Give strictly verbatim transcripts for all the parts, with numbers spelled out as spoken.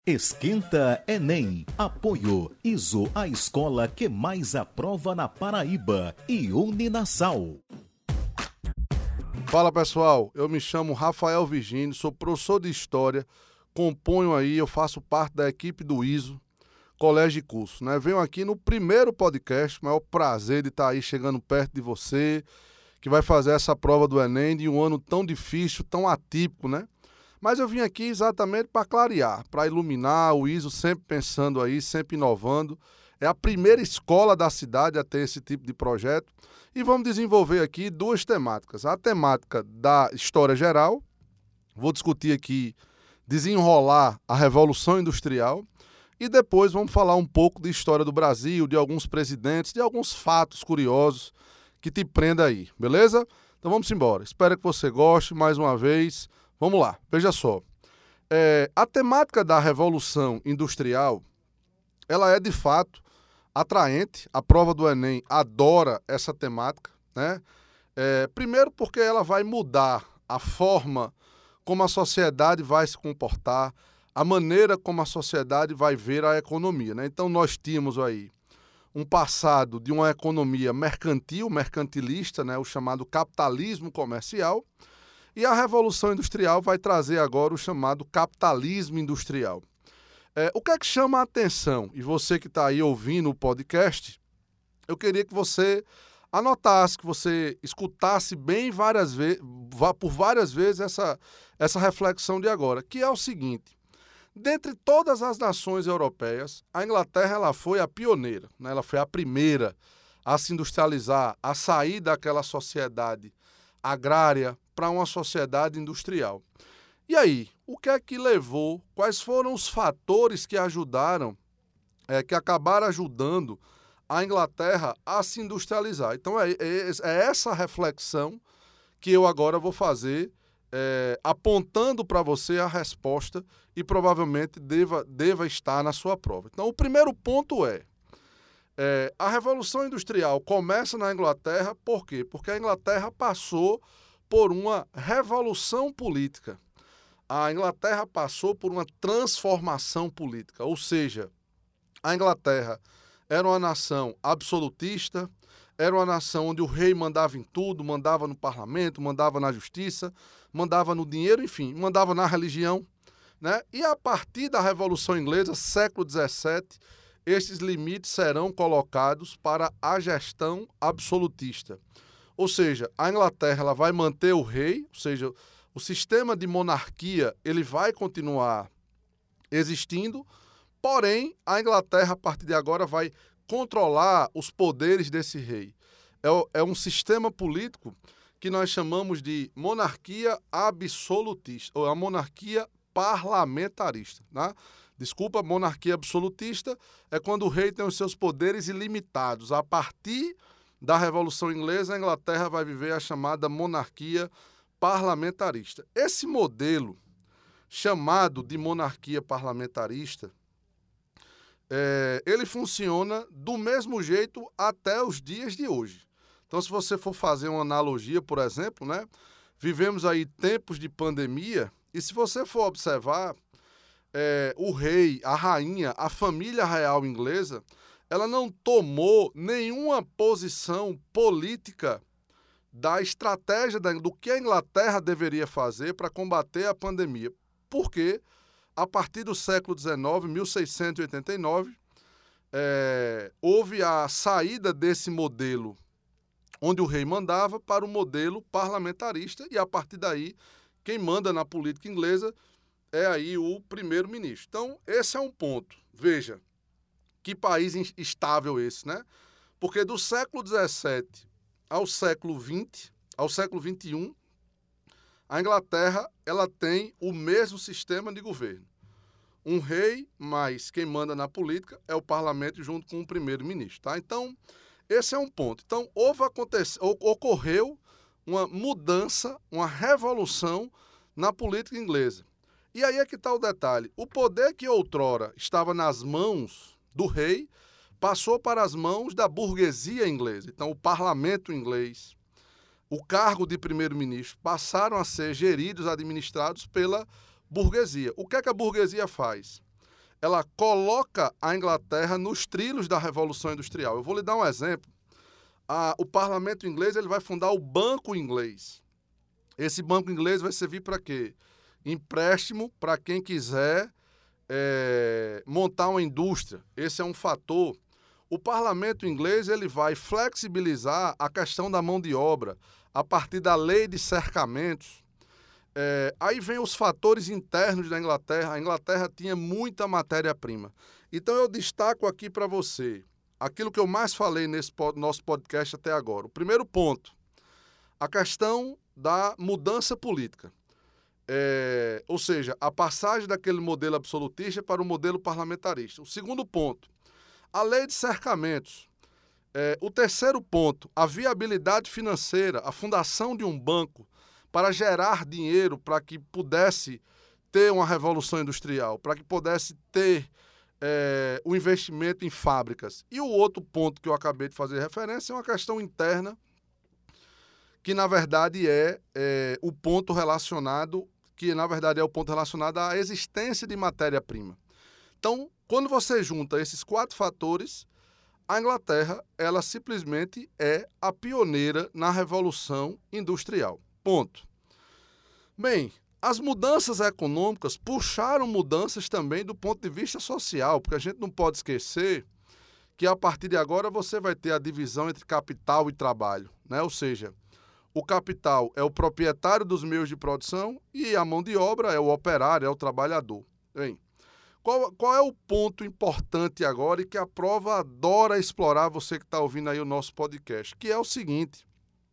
Esquenta Enem. Apoio I S O, a escola que mais aprova na Paraíba, e Uninasal. Fala pessoal, eu me chamo Rafael Virgínio, sou professor de História, componho aí, eu faço parte da equipe do I S O, Colégio e Curso, né? Venho aqui no primeiro podcast, maior prazer de estar aí chegando perto de você, que vai fazer essa prova do Enem de um ano tão difícil, tão atípico, né? Mas eu vim aqui exatamente para clarear, para iluminar, o I S O sempre pensando aí, sempre inovando. É a primeira escola da cidade a ter esse tipo de projeto. E vamos desenvolver aqui duas temáticas. A temática da história geral, vou discutir aqui, desenrolar a Revolução Industrial. E depois vamos falar um pouco de história do Brasil, de alguns presidentes, de alguns fatos curiosos que te prenda aí, beleza? Então vamos embora. Espero que você goste mais uma vez. Vamos lá, veja só. É, a temática da Revolução Industrial, ela é de fato atraente. A prova do Enem adora essa temática, né? É, primeiro porque ela vai mudar a forma como a sociedade vai se comportar, a maneira como a sociedade vai ver a economia, né? Então nós tínhamos aí um passado de uma economia mercantil, mercantilista, né? O chamado capitalismo comercial. E a Revolução Industrial vai trazer agora o chamado capitalismo industrial. É, o que é que chama a atenção? E você que está aí ouvindo o podcast, eu queria que você anotasse, que você escutasse bem várias vezes, por várias vezes essa, essa reflexão de agora, que é o seguinte: dentre todas as nações europeias, a Inglaterra ela foi a pioneira, né? Ela foi a primeira a se industrializar, a sair daquela sociedade agrária para uma sociedade industrial. E aí, o que é que levou, quais foram os fatores que ajudaram, é, que acabaram ajudando a Inglaterra a se industrializar? Então é, é, é essa reflexão que eu agora vou fazer, é, apontando para você a resposta e provavelmente deva, deva estar na sua prova. Então o primeiro ponto é, é a Revolução Industrial começa na Inglaterra, por quê? Porque a Inglaterra passou por uma revolução política. A Inglaterra passou por uma transformação política, ou seja, a Inglaterra era uma nação absolutista, era uma nação onde o rei mandava em tudo, mandava no parlamento, mandava na justiça, mandava no dinheiro, enfim, mandava na religião, né? E a partir da Revolução Inglesa, século dezessete, esses limites serão colocados para a gestão absolutista. Ou seja, a Inglaterra ela vai manter o rei, ou seja, o sistema de monarquia ele vai continuar existindo, porém, a Inglaterra, a partir de agora, vai controlar os poderes desse rei. É, é um sistema político que nós chamamos de monarquia absolutista, ou a monarquia parlamentarista, né? Desculpa, monarquia absolutista é quando o rei tem os seus poderes ilimitados. A partir da Revolução Inglesa, a Inglaterra vai viver a chamada monarquia parlamentarista. Esse modelo, chamado de monarquia parlamentarista, é, ele funciona do mesmo jeito até os dias de hoje. Então, se você for fazer uma analogia, por exemplo, né, vivemos aí tempos de pandemia, e se você for observar, é, o rei, a rainha, a família real inglesa, ela não tomou nenhuma posição política da estratégia da, do que a Inglaterra deveria fazer para combater a pandemia. Porque, a partir do século dezenove, mil seiscentos e oitenta e nove, é, houve a saída desse modelo onde o rei mandava para o modelo parlamentarista, e a partir daí, quem manda na política inglesa é aí o primeiro-ministro. Então, esse é um ponto. Veja, que país estável esse, né? Porque do século dezessete ao século vinte, ao século vinte e um, a Inglaterra ela tem o mesmo sistema de governo. Um rei, mas quem manda na política é o parlamento junto com o primeiro-ministro, tá? Então, esse é um ponto. Então, houve acontece, ocorreu uma mudança, uma revolução na política inglesa. E aí é que está o detalhe. O poder que outrora estava nas mãos do rei passou para as mãos da burguesia inglesa. Então, o parlamento inglês, o cargo de primeiro-ministro, passaram a ser geridos, administrados pela burguesia. O que é que a burguesia faz? ela coloca a Inglaterra nos trilhos da Revolução Industrial. Eu vou lhe dar um exemplo. A, o parlamento inglês ele vai fundar o Banco Inglês. Esse Banco Inglês vai servir para quê? Empréstimo para quem quiser é, montar uma indústria. Esse é um fator. O parlamento inglês ele vai flexibilizar a questão da mão de obra a partir da lei de cercamentos. É, aí vem os fatores internos da Inglaterra. A Inglaterra tinha muita matéria-prima. Então eu destaco aqui para você aquilo que eu mais falei nesse nosso podcast até agora. O primeiro ponto, a questão da mudança política. É, ou seja, a passagem daquele modelo absolutista para o modelo parlamentarista. O segundo ponto, a lei de cercamentos. É, o terceiro ponto, a viabilidade financeira, a fundação de um banco para gerar dinheiro para que pudesse ter uma revolução industrial, para que pudesse ter é, o investimento em fábricas. E o outro ponto que eu acabei de fazer referência é uma questão interna, que na verdade é, é o ponto relacionado, que na verdade é o ponto relacionado à existência de matéria-prima. Então, quando você junta esses quatro fatores, a Inglaterra, ela simplesmente é a pioneira na Revolução Industrial. Ponto. Bem, as mudanças econômicas puxaram mudanças também do ponto de vista social, porque a gente não pode esquecer que a partir de agora você vai ter a divisão entre capital e trabalho, né? Ou seja, o capital é o proprietário dos meios de produção e a mão de obra é o operário, é o trabalhador. Bem, qual, qual é o ponto importante agora e que a prova adora explorar, você que está ouvindo aí o nosso podcast, que é o seguinte: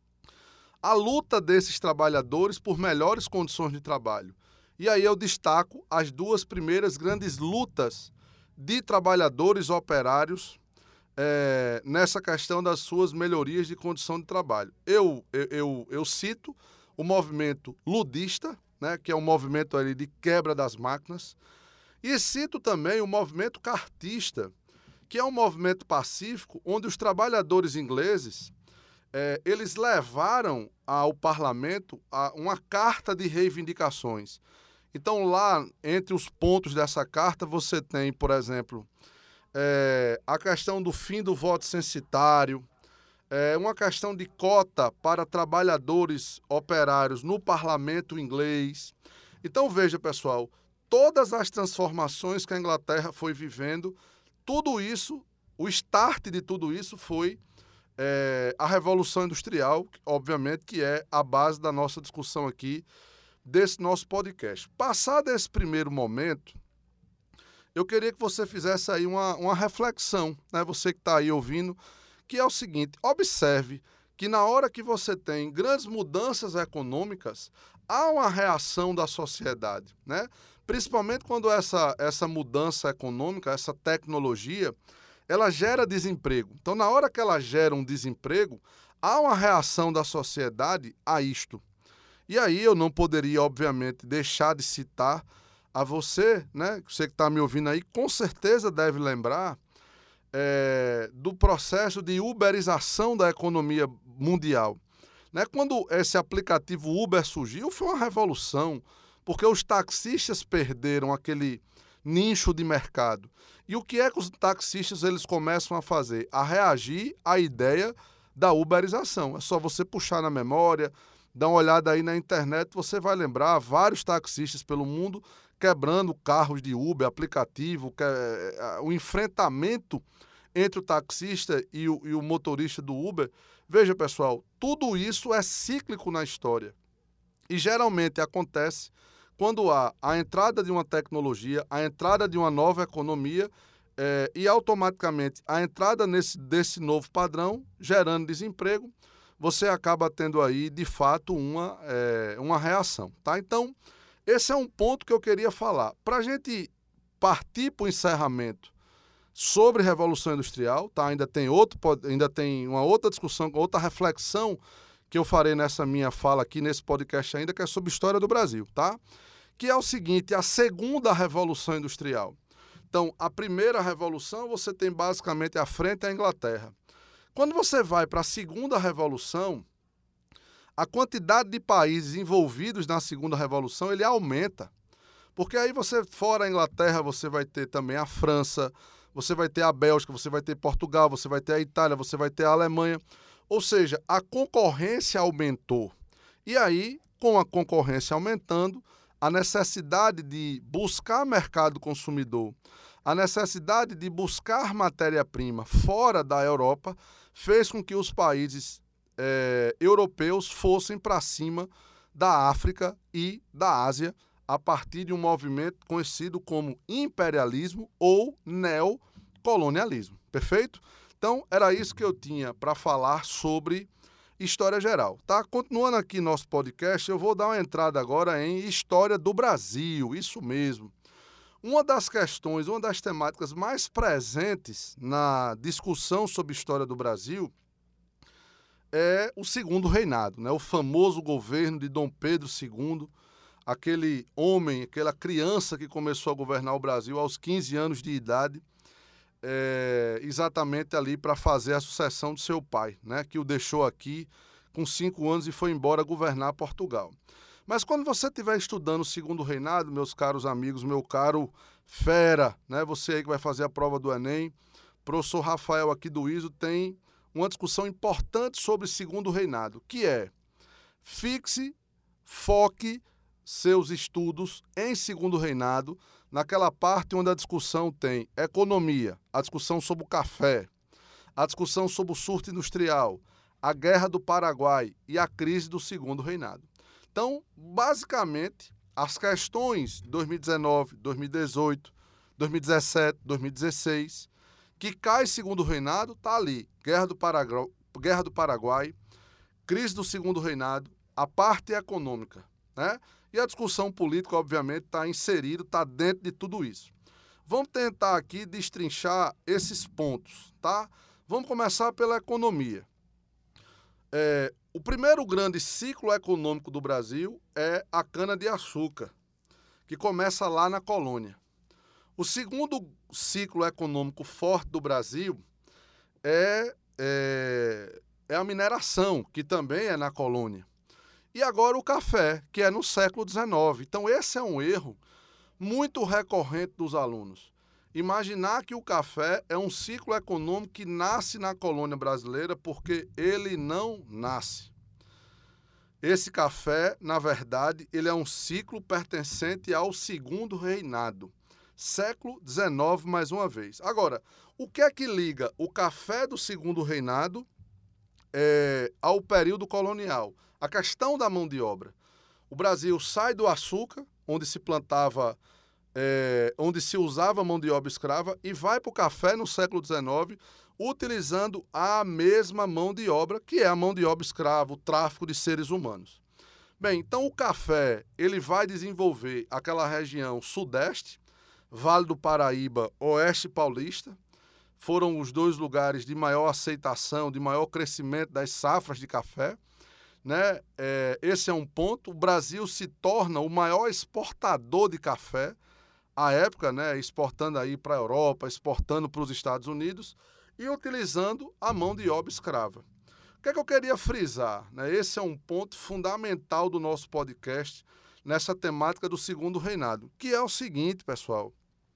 a luta desses trabalhadores por melhores condições de trabalho. E aí eu destaco as duas primeiras grandes lutas de trabalhadores operários é, nessa questão das suas melhorias de condição de trabalho. Eu, eu, eu, eu cito o movimento ludista, né, que é um movimento ali de quebra das máquinas, e cito também o movimento cartista, que é um movimento pacífico onde os trabalhadores ingleses É, eles levaram ao parlamento a, uma carta de reivindicações. Então, lá, entre os pontos dessa carta, você tem, por exemplo, é, a questão do fim do voto censitário, é, uma questão de cota para trabalhadores operários no parlamento inglês. Então, veja, pessoal, todas as transformações que a Inglaterra foi vivendo, tudo isso, o start de tudo isso foi É, a Revolução Industrial, obviamente, que é a base da nossa discussão aqui, desse nosso podcast. Passado esse primeiro momento, eu queria que você fizesse aí uma, uma reflexão, né? Você que está aí ouvindo, que é o seguinte: observe que na hora que você tem grandes mudanças econômicas, há uma reação da sociedade, né? Principalmente quando essa, essa mudança econômica, essa tecnologia, ela gera desemprego. Então, na hora que ela gera um desemprego, há uma reação da sociedade a isto. E aí eu não poderia, obviamente, deixar de citar a você, né? Você que está me ouvindo aí, com certeza deve lembrar é, do processo de uberização da economia mundial. Né? Quando esse aplicativo Uber surgiu, foi uma revolução, porque os taxistas perderam aquele nicho de mercado. E o que é que os taxistas eles começam a fazer? A reagir à ideia da uberização. É só você puxar na memória, dar uma olhada aí na internet, você vai lembrar vários taxistas pelo mundo quebrando carros de Uber, aplicativo, que é, o enfrentamento entre o taxista e o, e o motorista do Uber. Veja, pessoal, tudo isso é cíclico na história. E geralmente acontece quando há a entrada de uma tecnologia, a entrada de uma nova economia é, e automaticamente a entrada nesse, desse novo padrão, gerando desemprego, você acaba tendo aí, de fato, uma, é, uma reação. Tá? Então, esse é um ponto que eu queria falar. Para a gente partir para o encerramento sobre Revolução Industrial, tá? ainda, tem outro, ainda tem uma outra discussão, outra reflexão que eu farei nessa minha fala aqui, nesse podcast ainda, que é sobre história do Brasil, tá? Que é o seguinte, a segunda Revolução Industrial. Então, a primeira Revolução, você tem basicamente à frente a Inglaterra. Quando você vai para a segunda Revolução, a quantidade de países envolvidos na segunda Revolução, ele aumenta. Porque aí você, fora a Inglaterra, você vai ter também a França, você vai ter a Bélgica, você vai ter Portugal, você vai ter a Itália, você vai ter a Alemanha. Ou seja, a concorrência aumentou. E aí, com a concorrência aumentando, a necessidade de buscar mercado consumidor, a necessidade de buscar matéria-prima fora da Europa, fez com que os países eh, europeus fossem para cima da África e da Ásia, a partir de um movimento conhecido como imperialismo ou neocolonialismo. Perfeito? Então, era isso que eu tinha para falar sobre história geral, tá? Continuando aqui nosso podcast, eu vou dar uma entrada agora em história do Brasil, isso mesmo. Uma das questões, uma das temáticas mais presentes na discussão sobre história do Brasil é o segundo reinado, né? O famoso governo de Dom Pedro segundo, aquele homem, aquela criança que começou a governar o Brasil aos quinze anos de idade, É, exatamente ali para fazer a sucessão do seu pai, né, que o deixou aqui com cinco anos e foi embora governar Portugal. Mas quando você estiver estudando o segundo reinado, meus caros amigos, meu caro fera, né, você aí que vai fazer a prova do Enem, professor Rafael aqui do I S O, tem uma discussão importante sobre o segundo reinado, que é: fixe, foque seus estudos em segundo reinado, naquela parte onde a discussão tem economia, a discussão sobre o café, a discussão sobre o surto industrial, a Guerra do Paraguai e a crise do segundo reinado. Então, basicamente, as questões de dois mil e dezenove, dois mil e dezoito, dois mil e dezessete, dois mil e dezesseis, que cai segundo reinado, está ali. Guerra do Paraguai, Guerra do Paraguai, crise do segundo reinado, a parte econômica, né? E a discussão política, obviamente, está inserida, está dentro de tudo isso. Vamos tentar aqui destrinchar esses pontos, tá? Vamos começar pela economia. É, o primeiro grande ciclo econômico do Brasil é a cana-de-açúcar, que começa lá na colônia. O segundo ciclo econômico forte do Brasil é, é, é a mineração, que também é na colônia. E agora o café, que é no século dezenove. Então esse é um erro muito recorrente dos alunos. Imaginar que o café é um ciclo econômico que nasce na colônia brasileira, porque ele não nasce. Esse café, na verdade, ele é um ciclo pertencente ao segundo reinado. Século dezenove, mais uma vez. Agora, o que é que liga o café do segundo reinado é, ao período colonial? A questão da mão de obra. O Brasil sai do açúcar, onde se plantava, é, onde se usava mão de obra escrava, e vai para o café no século dezenove, utilizando a mesma mão de obra, que é a mão de obra escrava, o tráfico de seres humanos. Bem, então o café ele vai desenvolver aquela região sudeste, Vale do Paraíba, Oeste Paulista, foram os dois lugares de maior aceitação, de maior crescimento das safras de café. Né? É, esse é um ponto. O Brasil se torna o maior exportador de café à época, né? Exportando aí para a Europa, exportando para os Estados Unidos e utilizando a mão de obra escrava. O que é que eu queria frisar? Né? Esse é um ponto fundamental do nosso podcast nessa temática do segundo reinado, que é o seguinte, pessoal.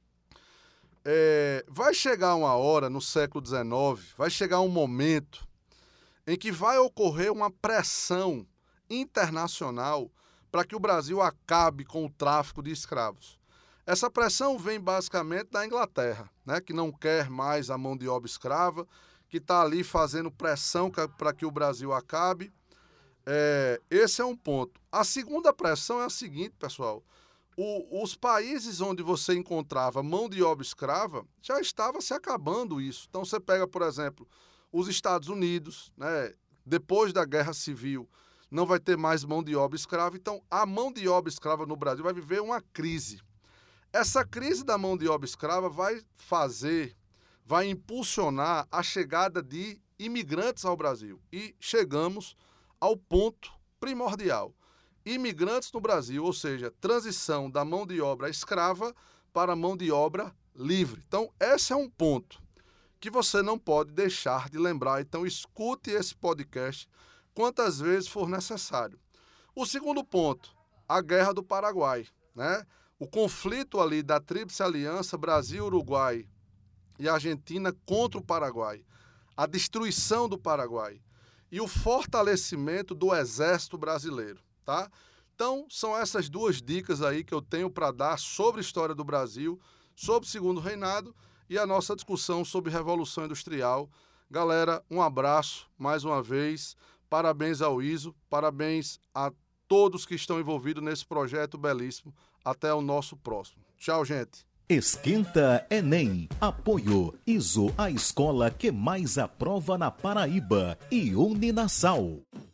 É, vai chegar uma hora no século dezenove, vai chegar um momento em que vai ocorrer uma pressão internacional para que o Brasil acabe com o tráfico de escravos. Essa pressão vem basicamente da Inglaterra, né, que não quer mais a mão de obra escrava, que está ali fazendo pressão para que o Brasil acabe. É, esse é um ponto. A segunda pressão é a seguinte, pessoal. O, os países onde você encontrava mão de obra escrava já estava se acabando isso. Então você pega, por exemplo, os Estados Unidos, né, depois da Guerra Civil, não vai ter mais mão de obra escrava. Então, a mão de obra escrava no Brasil vai viver uma crise. Essa crise da mão de obra escrava vai fazer, vai impulsionar a chegada de imigrantes ao Brasil. E chegamos ao ponto primordial. Imigrantes no Brasil, ou seja, transição da mão de obra escrava para a mão de obra livre. Então, esse é um ponto que você não pode deixar de lembrar. Então, escute esse podcast quantas vezes for necessário. O segundo ponto, a Guerra do Paraguai, né? o conflito ali da Tríplice Aliança, Brasil, Uruguai e Argentina contra o Paraguai, a destruição do Paraguai e o fortalecimento do Exército Brasileiro, tá? Então, são essas duas dicas aí que eu tenho para dar sobre a história do Brasil, sobre o Segundo Reinado e a nossa discussão sobre Revolução Industrial. Galera, um abraço mais uma vez, parabéns ao I S O, parabéns a todos que estão envolvidos nesse projeto belíssimo. Até o nosso próximo. Tchau, gente. Esquenta Enem. Apoio I S O, a escola que mais aprova na Paraíba. E Uninasal.